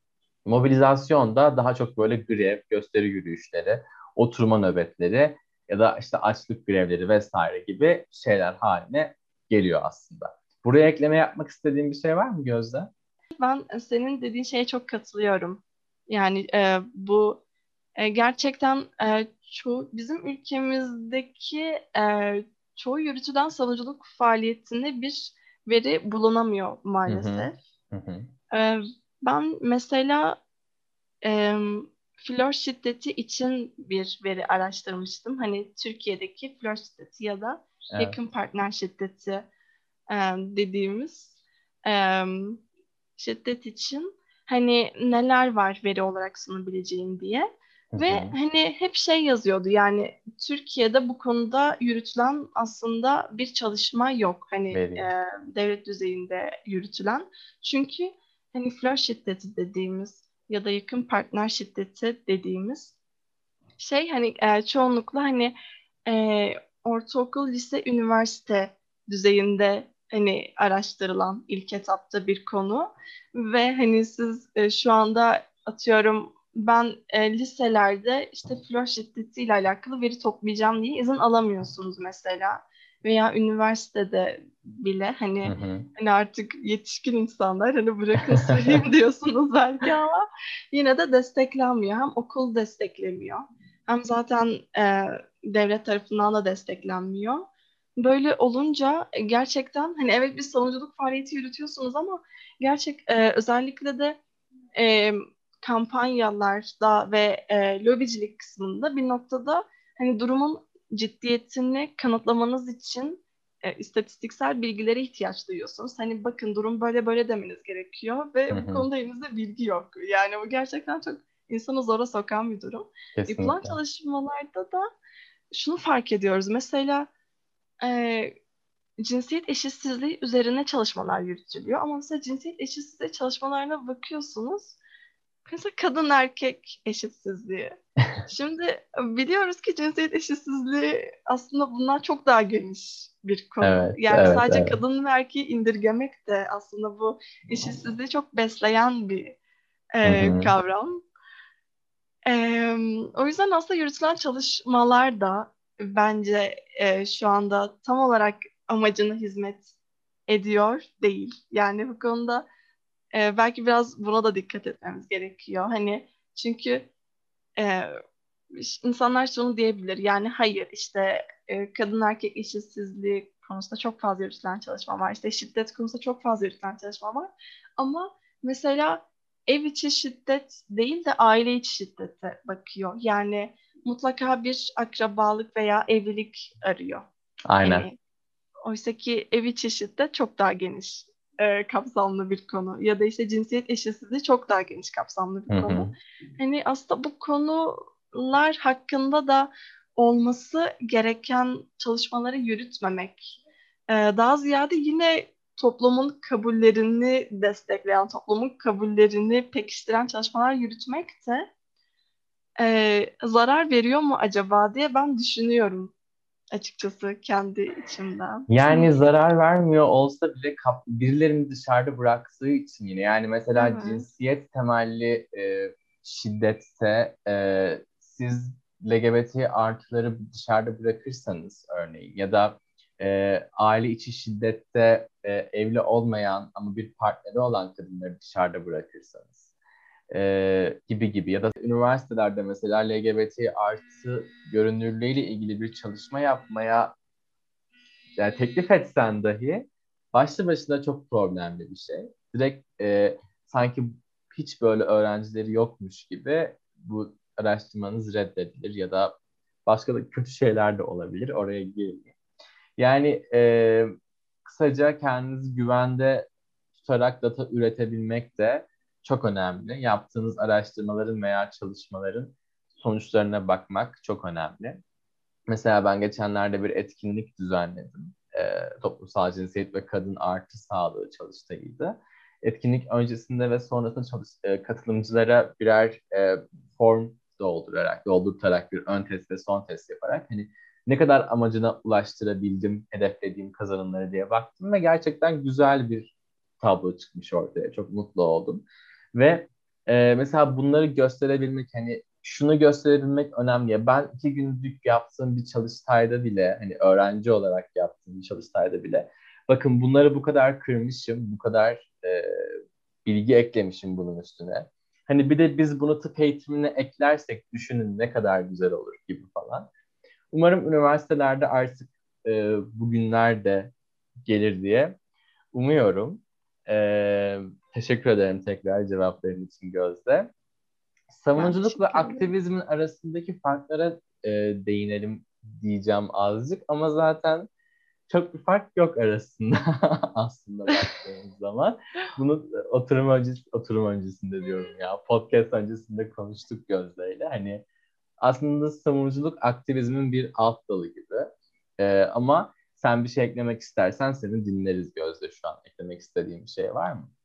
Mobilizasyon da daha çok böyle grev, gösteri yürüyüşleri, oturma nöbetleri ya da işte açlık grevleri vesaire gibi şeyler haline geliyor aslında. Buraya ekleme yapmak istediğin bir şey var mı Gözde? Ben e, senin dediğin şeye çok katılıyorum. Yani e, bu e, gerçekten e, çoğu bizim ülkemizdeki e, çoğu yürütülen savunuculuk faaliyetinde bir veri bulunamıyor Hı hı. maalesef. Hı hı. E, Ben mesela e, flör şiddeti için bir veri araştırmıştım. Hani Türkiye'deki flör şiddeti ya da Evet. yakın partner şiddeti e, dediğimiz e, şiddet için hani neler var veri olarak sunabileceğim diye. Hı Ve hı. hani hep şey yazıyordu, yani Türkiye'de bu konuda yürütülen aslında bir çalışma yok. Hani e, Vereyim. devlet düzeyinde yürütülen. Çünkü hani flört şiddeti dediğimiz ya da yakın partner şiddeti dediğimiz şey hani e, çoğunlukla hani e, ortaokul, lise, üniversite düzeyinde hani araştırılan ilk etapta bir konu ve hani siz e, şu anda atıyorum ben e, liselerde işte flört şiddetiyle alakalı veri toplayacağım diye izin alamıyorsunuz mesela, veya üniversitede bile Hı hani hı. hani artık yetişkin insanlar hani bırakın söyleyeyim diyorsunuz belki ama yine de desteklenmiyor. Hem okul desteklemiyor hem zaten e, devlet tarafından da desteklenmiyor. Böyle olunca e, gerçekten hani evet bir savunuculuk faaliyeti yürütüyorsunuz ama gerçek e, özellikle de e, kampanyalarda ve e, lobicilik kısmında bir noktada hani durumun ciddiyetini kanıtlamanız için e, istatistiksel bilgilere ihtiyaç duyuyorsunuz. Hani bakın durum böyle böyle demeniz gerekiyor Hı ve bu hı. konuda elinizde bilgi yok. Yani bu gerçekten çok insanı zora sokan bir durum. Yapılan Kesinlikle. çalışmalarda da şunu fark ediyoruz. Mesela e, cinsiyet eşitsizliği üzerine çalışmalar yürütülüyor. Ama mesela cinsiyet eşitsizliği çalışmalarına bakıyorsunuz. Mesela kadın erkek eşitsizliği. Şimdi biliyoruz ki cinsiyet eşitsizliği aslında bundan çok daha geniş bir konu. Evet, Yani evet, sadece evet. kadın ve erkeği indirgemek de aslında bu eşitsizliği çok besleyen bir Hı e, hı. kavram. E, O yüzden aslında yürütülen çalışmalar da bence e, şu anda tam olarak amacına hizmet ediyor değil. Yani bu konuda e, belki biraz buna da dikkat etmemiz gerekiyor. Hani çünkü e, insanlar şunu diyebilir. Yani hayır işte e, kadın erkek eşitsizliği konusunda çok fazla yürütülen çalışma var. İşte şiddet konusunda çok fazla yürütülen çalışma var. Ama mesela ev içi şiddet değil de aile içi şiddete bakıyor. Yani mutlaka bir akrabalık veya evlilik arıyor. Aynen. Hani oysa ki ev içi şiddet çok daha geniş e, kapsamlı bir konu. Ya da işte cinsiyet eşitsizliği çok daha geniş kapsamlı bir Hı konu. hı. Hani aslında bu konular hakkında da olması gereken çalışmaları yürütmemek. E, daha ziyade yine toplumun kabullerini destekleyen, toplumun kabullerini pekiştiren çalışmalar yürütmek de e, zarar veriyor mu acaba diye ben düşünüyorum açıkçası kendi içimden. Yani zarar vermiyor olsa bile kap- birilerini dışarıda bıraktığı için yine yani mesela Evet. cinsiyet temelli e, şiddetse e, siz L G B T artıları dışarıda bırakırsanız örneğin ya da e, aile içi şiddette e, evli olmayan ama bir partneri olan kadınları dışarıda bırakırsanız e, gibi gibi ya da üniversitelerde mesela L G B T artı görünürlüğüyle ilgili bir çalışma yapmaya yani teklif etsen dahi başlı başına çok problemli bir şey. Direkt e, sanki hiç böyle öğrencileri yokmuş gibi bu araştırmanız reddedilir ya da başka da kötü şeyler de olabilir. Oraya girmeyeyim. Yani e, kısaca kendinizi güvende tutarak data üretebilmek de çok önemli. Yaptığınız araştırmaların veya çalışmaların sonuçlarına bakmak çok önemli. Mesela ben geçenlerde bir etkinlik düzenledim. Ee, toplumsal cinsiyet ve kadın artı sağlığı çalıştayıydı. Etkinlik öncesinde ve sonrasında çalış, e, katılımcılara birer e, form doldurarak, doldurtarak bir ön test ve son test yaparak hani ne kadar amacına ulaştırabildim, hedeflediğim kazanımları diye baktım ve gerçekten güzel bir tablo çıkmış ortaya. Çok mutlu oldum. Ve e, mesela bunları gösterebilmek hani şunu gösterebilmek önemli. Ben iki günlük yaptığım bir çalıştayda bile hani öğrenci olarak yaptığım bir çalıştayda bile bakın bunları bu kadar kırmışım, bu kadar e, bilgi eklemişim bunun üstüne. Hani bir de biz bunu tıp eğitimine eklersek düşünün ne kadar güzel olur gibi falan. Umarım üniversitelerde artık e, bugünler de gelir diye umuyorum. E, Teşekkür ederim tekrar cevapların için Gözde. Ben Savunuculuk ve teşekkür ederim. aktivizmin arasındaki farklara e, değinelim diyeceğim azıcık ama zaten çok bir fark yok arasında aslında baktığımız zaman. Bunu oturum öncesi, oturum öncesinde diyorum ya, podcast öncesinde konuştuk Gözde'yle. Hani aslında savunuculuk aktivizmin bir alt dalı gibi. E, ama sen bir şey eklemek istersen seni dinleriz Gözde şu an. Eklemek istediğin bir şey var mı?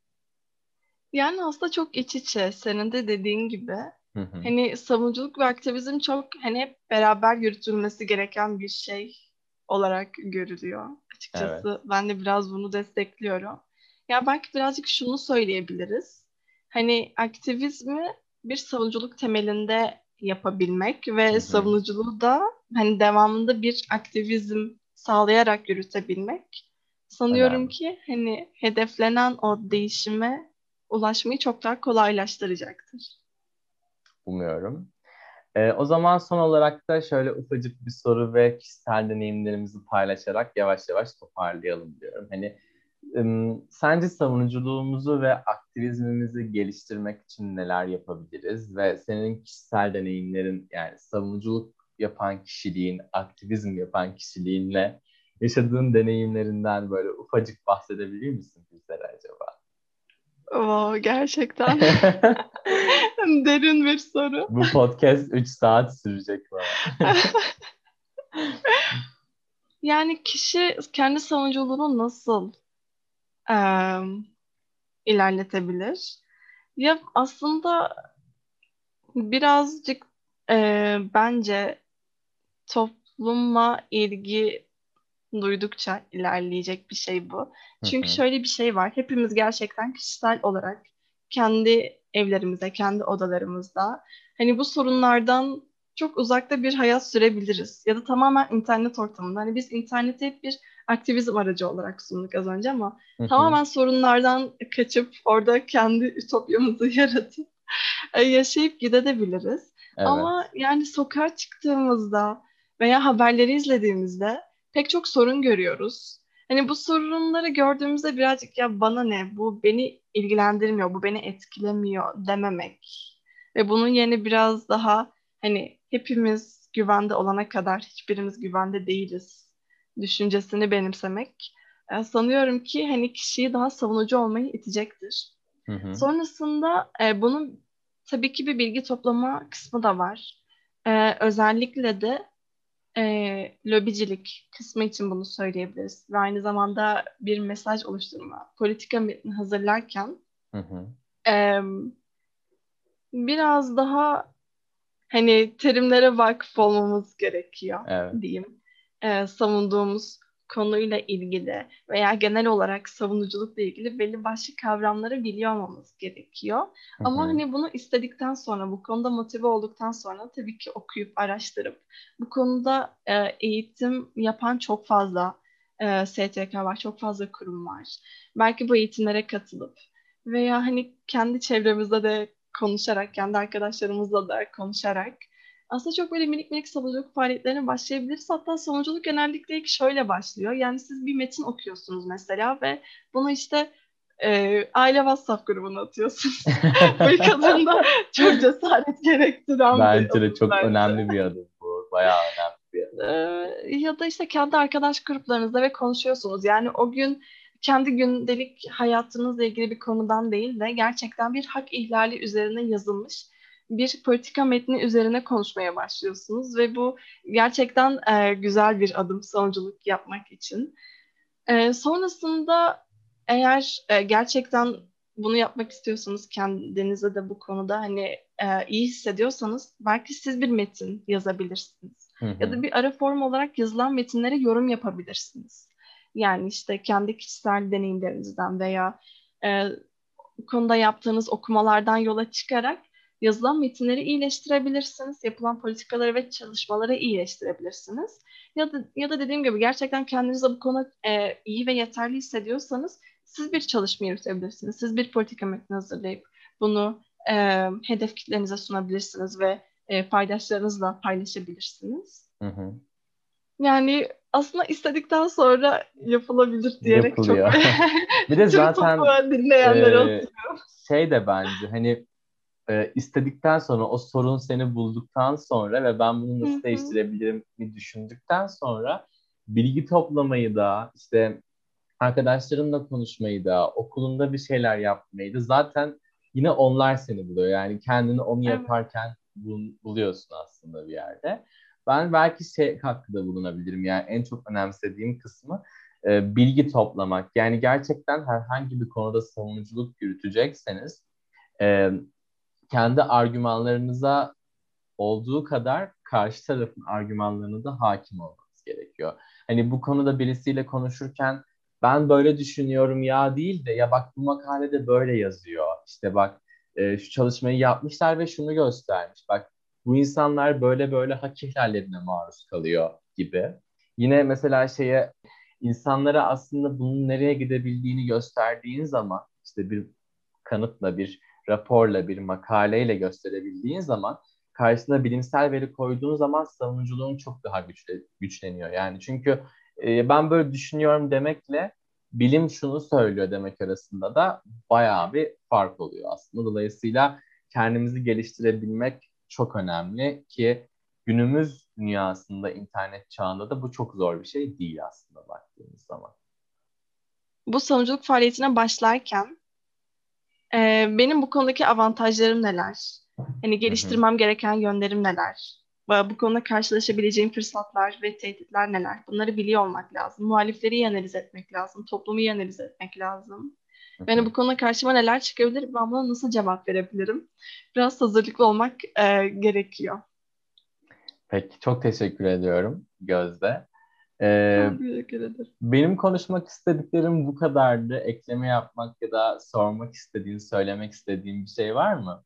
Yani aslında çok iç içe, senin de dediğin gibi. Hı hı. Hani savunuculuk ve aktivizm çok hani hep beraber yürütülmesi gereken bir şey olarak görülüyor. Evet. Açıkçası ben de biraz bunu destekliyorum. Ya belki birazcık şunu söyleyebiliriz. Hani aktivizmi bir savunuculuk temelinde yapabilmek Hı ve hı. savunuculuğu da hani devamında bir aktivizm sağlayarak yürütebilmek. Sanıyorum Önemli. ki hani hedeflenen o değişime ulaşmayı çok daha kolaylaştıracaktır. Umuyorum. Ee, o zaman son olarak da şöyle ufacık bir soru ve kişisel deneyimlerimizi paylaşarak yavaş yavaş toparlayalım diyorum. Hani ım, sence savunuculuğumuzu ve aktivizmimizi geliştirmek için neler yapabiliriz? Ve senin kişisel deneyimlerin yani savunuculuk yapan kişiliğin, aktivizm yapan kişiliğinle yaşadığın deneyimlerinden böyle ufacık bahsedebilir misin bizlere acaba? Oo, gerçekten derin bir soru. Bu podcast üç saat sürecek falan. Yani kişi kendi savunuculuğunu nasıl em, ilerletebilir? Ya aslında birazcık e, bence toplumla ilgi duydukça ilerleyecek bir şey bu. Hı Çünkü hı. şöyle bir şey var. Hepimiz gerçekten kişisel olarak kendi evlerimizde, kendi odalarımızda hani bu sorunlardan çok uzakta bir hayat sürebiliriz. Ya da tamamen internet ortamında. Hani biz interneti hep bir aktivizm aracı olarak sunduk az önce ama Hı hı. tamamen sorunlardan kaçıp orada kendi ütopyamızı yaratıp e, yaşayıp gidebiliriz. Ama Evet. yani sokağa çıktığımızda veya haberleri izlediğimizde pek çok sorun görüyoruz. Hani bu sorunları gördüğümüzde birazcık ya bana ne, bu beni ilgilendirmiyor, bu beni etkilemiyor dememek. Ve bunun yerine biraz daha hani hepimiz güvende olana kadar hiçbirimiz güvende değiliz düşüncesini benimsemek. e, sanıyorum ki hani kişiyi daha savunucu olmayı itecektir. Hı hı. Sonrasında e, bunun tabii ki bir bilgi toplama kısmı da var. E, özellikle de e, lobicilik kısmı için bunu söyleyebiliriz. Ve aynı zamanda bir mesaj oluşturma, politika metni hazırlarken Hı hı. e, biraz daha hani terimlere vakıf olmamız gerekiyor Evet. diyeyim. Ee, savunduğumuz konuyla ilgili veya genel olarak savunuculukla ilgili belli başlı kavramları biliyor olmamız gerekiyor. Hı Ama hı. hani bunu istedikten sonra, bu konuda motive olduktan sonra tabii ki okuyup, araştırıp bu konuda e, eğitim yapan çok fazla e, S T K var, çok fazla kurum var. Belki bu eğitimlere katılıp veya hani kendi çevremizde de konuşarak, kendi arkadaşlarımızla da konuşarak aslında çok böyle minik minik savunuculuk faaliyetlerine başlayabiliriz. Hatta savunuculuk genellikle ilk şöyle başlıyor. Yani siz bir metin okuyorsunuz mesela ve bunu işte e, aile WhatsApp grubuna atıyorsunuz. Bu ilk adımda çok cesaret gerektiren bir Bence de adım çok bence. önemli bir adım bu. Bayağı önemli bir adım. Ee, ya da işte kendi arkadaş gruplarınızda ve konuşuyorsunuz. Yani o gün kendi gündelik hayatınızla ilgili bir konudan değil de gerçekten bir hak ihlali üzerine yazılmış bir politika metni üzerine konuşmaya başlıyorsunuz ve bu gerçekten e, güzel bir adım savunuculuk yapmak için. E, sonrasında eğer e, gerçekten bunu yapmak istiyorsanız, kendinize de bu konuda hani e, iyi hissediyorsanız, belki siz bir metin yazabilirsiniz. Hı Ya da hı. bir ara form olarak yazılan metinlere yorum yapabilirsiniz. Yani işte kendi kişisel deneyimlerinizden veya e, bu konuda yaptığınız okumalardan yola çıkarak yazılan metinleri iyileştirebilirsiniz. Yapılan politikaları ve çalışmaları iyileştirebilirsiniz. Ya da, ya da dediğim gibi gerçekten kendinize bu konuda e, iyi ve yeterli hissediyorsanız siz bir çalışma yürütebilirsiniz. Siz bir politika metni hazırlayıp bunu e, hedef kitlenize sunabilirsiniz ve e, paydaşlarınızla paylaşabilirsiniz. Hı hı. Yani aslında istedikten sonra yapılabilir diyerek çok Yapılıyor. Bir de çok zaten tutmayan dinleyenler e, olsun. şey de bence hani e, istedikten sonra o sorun seni bulduktan sonra ve ben bunu Hı nasıl hı. değiştirebilirim mi düşündükten sonra bilgi toplamayı da işte arkadaşlarınla konuşmayı da okulunda bir şeyler yapmayı da zaten yine onlar seni buluyor. Yani kendini onu Evet. yaparken bul- buluyorsun aslında bir yerde. Ben belki şey hakkında bulunabilirim. Yani en çok önemsediğim kısmı e, bilgi toplamak. Yani gerçekten herhangi bir konuda savunuculuk yürütecekseniz e, kendi argümanlarınıza olduğu kadar karşı tarafın argümanlarına da hakim olmanız gerekiyor. Hani bu konuda birisiyle konuşurken ben böyle düşünüyorum ya değil de ya bak bu makalede böyle yazıyor. İşte bak e, şu çalışmayı yapmışlar ve şunu göstermiş. Bak bu insanlar böyle böyle hak ihlallerine maruz kalıyor gibi. Yine mesela şeye insanlara aslında bunun nereye gidebildiğini gösterdiğin zaman işte bir kanıtla, bir raporla, bir makaleyle gösterebildiğin zaman karşısına bilimsel veri koyduğun zaman savunuculuğun çok daha güçle, güçleniyor. Yani çünkü e, ben böyle düşünüyorum demekle bilim şunu söylüyor demek arasında da bayağı bir fark oluyor aslında. Dolayısıyla kendimizi geliştirebilmek çok önemli ki günümüz dünyasında, internet çağında da bu çok zor bir şey değil aslında baktığımız zaman. Bu savunuculuk faaliyetine başlarken e, benim bu konudaki avantajlarım neler? Hani Hı hı. geliştirmem gereken yönlerim neler? Ve bu konuda karşılaşabileceğim fırsatlar ve tehditler neler? Bunları biliyor olmak lazım. Muhalifleri iyi analiz etmek lazım. Toplumu iyi analiz etmek lazım. Hı Yani hı. bu konuda karşıma neler çıkabilir? Ben buna nasıl cevap verebilirim? Biraz hazırlıklı olmak e, gerekiyor. Peki çok teşekkür ediyorum Gözde. Ee, Ben teşekkür ederim. Benim konuşmak istediklerim bu kadardı. Ekleme yapmak ya da sormak istediğin, söylemek istediğin bir şey var mı?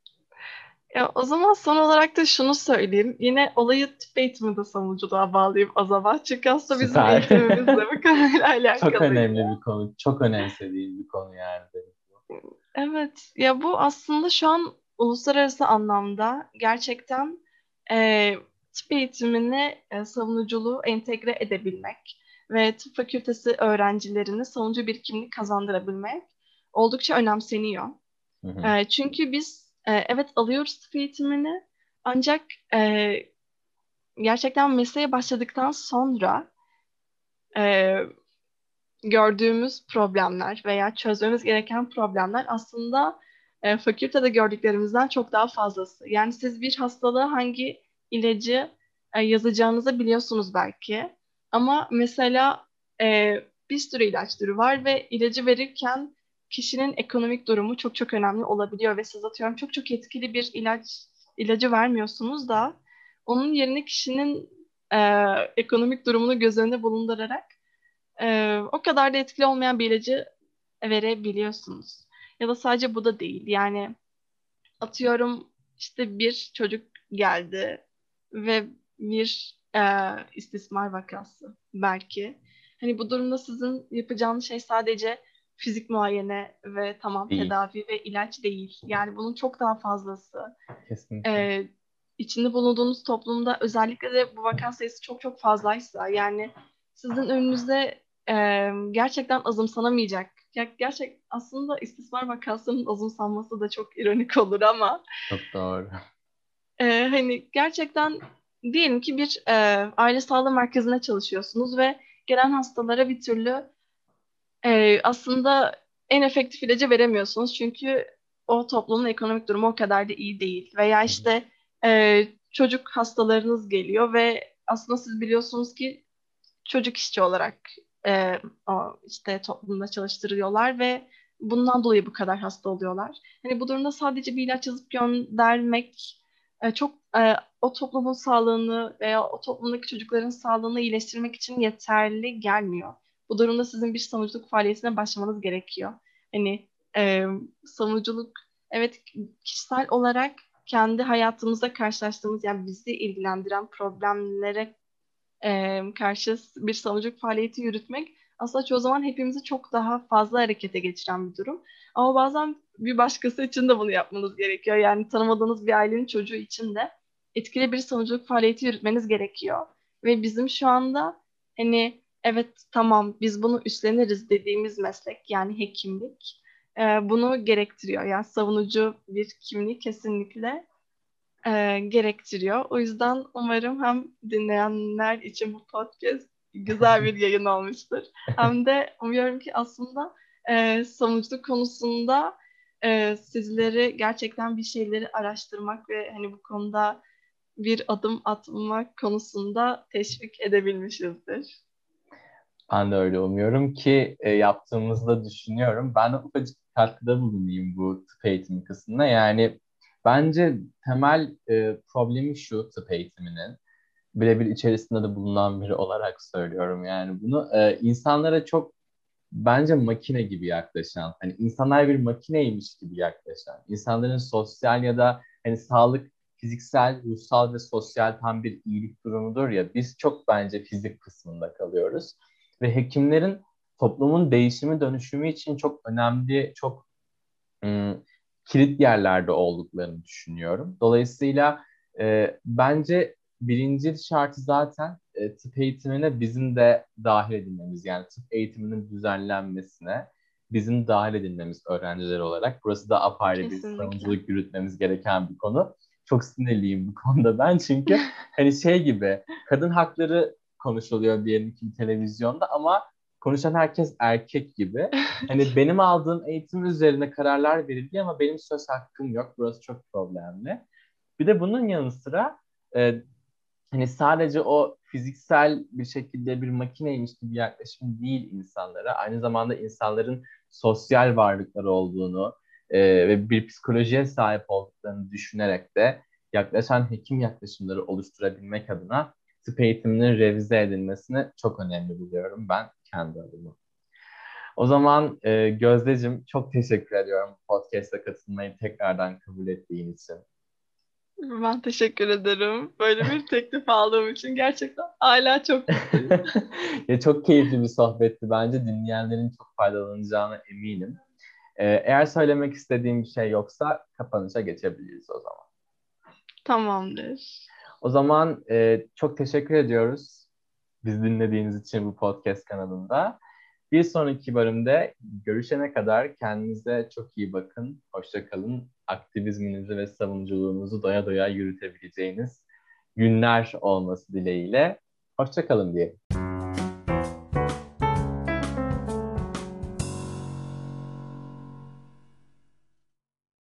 Ya, o zaman son olarak da şunu söyleyeyim. Yine olayı tıp eğitimi de savunuculuğa bağlayayım o zaman. Çünkü aslında bizim Süper. eğitimimiz de bu konuyla Çok alakalıydı. önemli bir konu. Çok önemsediğim bir konu yani. Evet, ya bu aslında şu an uluslararası anlamda gerçekten e, tıp eğitimini e, savunuculuğu entegre edebilmek ve tıp fakültesi öğrencilerine savunucu bir kimlik kazandırabilmek oldukça önemseniyor. Hı hı. E, çünkü biz e, evet alıyoruz tıp eğitimini ancak e, gerçekten mesleğe başladıktan sonra e, gördüğümüz problemler veya çözmemiz gereken problemler aslında e, fakültede gördüklerimizden çok daha fazlası. Yani siz bir hastalığa hangi ilacı e, yazacağınızı biliyorsunuz belki. Ama mesela e, bir sürü ilaç türü var ve ilacı verirken kişinin ekonomik durumu çok çok önemli olabiliyor ve siz atıyorum çok çok etkili bir ilaç ilacı vermiyorsunuz da onun yerine kişinin e, ekonomik durumunu göz önünde bulundurarak ee, o kadar da etkili olmayan bir ilacı verebiliyorsunuz. Ya da sadece bu da değil. Yani atıyorum işte bir çocuk geldi ve bir e, istismar vakası belki. Hani bu durumda sizin yapacağınız şey sadece fizik muayene ve tamam Değil. tedavi ve ilaç değil. Yani bunun çok daha fazlası. Kesinlikle. Ee, içinde bulunduğunuz toplumda özellikle de bu vaka sayısı çok çok fazlaysa yani sizin önünüze e, gerçekten azımsanamayacak. Ya, gerçek aslında istismar vakasının azımsanması da çok ironik olur ama Çok doğru. e, hani gerçekten diyelim ki bir e, aile sağlığı merkezine çalışıyorsunuz ve gelen hastalara bir türlü e, aslında en efektif ilacı veremiyorsunuz. Çünkü o toplumun ekonomik durumu o kadar da iyi değil. Veya işte e, çocuk hastalarınız geliyor ve aslında siz biliyorsunuz ki çocuk işçi olarak e, o işte toplumda çalıştırıyorlar ve bundan dolayı bu kadar hasta oluyorlar. Hani bu durumda sadece bir ilaç yazıp göndermek e, çok e, o toplumun sağlığını veya o toplumdaki çocukların sağlığını iyileştirmek için yeterli gelmiyor. Bu durumda sizin bir savunuculuk faaliyetine başlamanız gerekiyor. Hani e, savunuculuk, evet, kişisel olarak kendi hayatımızda karşılaştığımız, yani bizi ilgilendiren problemlere e, karşı bir savunuculuk faaliyeti yürütmek aslında çoğu zaman hepimizi çok daha fazla harekete geçiren bir durum. Ama bazen bir başkası için de bunu yapmanız gerekiyor. Yani tanımadığınız bir ailenin çocuğu için de etkili bir savunuculuk faaliyeti yürütmeniz gerekiyor. Ve bizim şu anda hani evet, tamam, biz bunu üstleniriz dediğimiz meslek, yani hekimlik e, bunu gerektiriyor. Yani savunucu bir kimliği kesinlikle e, gerektiriyor. O yüzden umarım hem dinleyenler için bu podcast güzel bir yayın olmuştur. Hem de umuyorum ki aslında e, savunuculuk konusunda e, sizleri gerçekten bir şeyleri araştırmak ve hani bu konuda bir adım atmak konusunda teşvik edebilmişizdir. Ben de öyle umuyorum ki e, yaptığımızı da düşünüyorum. Ben de ufacık bir katkıda bulunayım bu tıp eğitimi kısmına. Yani bence temel e, problemi şu tıp eğitiminin. Birebir içerisinde de bulunan biri olarak söylüyorum yani bunu. E, insanlara çok bence makine gibi yaklaşan, hani insanlar bir makineymiş gibi yaklaşan, insanların sosyal ya da hani sağlık fiziksel, ruhsal ve sosyal tam bir iyilik durumudur ya, biz çok bence fizik kısmında kalıyoruz. Ve hekimlerin toplumun değişimi dönüşümü için çok önemli, çok ım, kilit yerlerde olduklarını düşünüyorum. Dolayısıyla e, bence birinci şartı zaten e, tıp eğitimine bizim de dahil edilmemiz. Yani tıp eğitiminin düzenlenmesine bizim dahil edilmemiz öğrenciler olarak. Burası da apayrı bir Kesinlikle. savunuculuk yürütmemiz gereken bir konu. Çok sinirliyim bu konuda ben, çünkü hani şey gibi, kadın hakları konuşuluyor diyelim ki televizyonda ama konuşan herkes erkek gibi. Hani benim aldığım eğitim üzerine kararlar veriliyor ama benim söz hakkım yok. Burası çok problemli. Bir de bunun yanı sıra e, hani sadece o fiziksel bir şekilde bir makineymiş gibi yaklaşım değil insanlara. Aynı zamanda insanların sosyal varlıklar olduğunu e, ve bir psikolojiye sahip olduklarını düşünerek de yaklaşan hekim yaklaşımları oluşturabilmek adına tıp eğitiminin revize edilmesini çok önemli buluyorum ben kendi adıma. O zaman e, Gözdeciğim, çok teşekkür ediyorum podcast'a katılmayı tekrardan kabul ettiğin için. Ben teşekkür ederim. Böyle bir teklif aldığım için gerçekten hala çok mutluyum. Ya çok keyifli bir sohbetti. Bence dinleyenlerin çok faydalanacağına eminim. E, eğer söylemek istediğim bir şey yoksa kapanışa geçebiliriz o zaman. Tamamdır. O zaman e, çok teşekkür ediyoruz biz dinlediğiniz için bu podcast kanalında. Bir sonraki bölümde görüşene kadar kendinize çok iyi bakın. Hoşça kalın. Aktivizminizi ve savunuculuğunuzu doya doya yürütebileceğiniz günler olması dileğiyle. Hoşça kalın diyelim.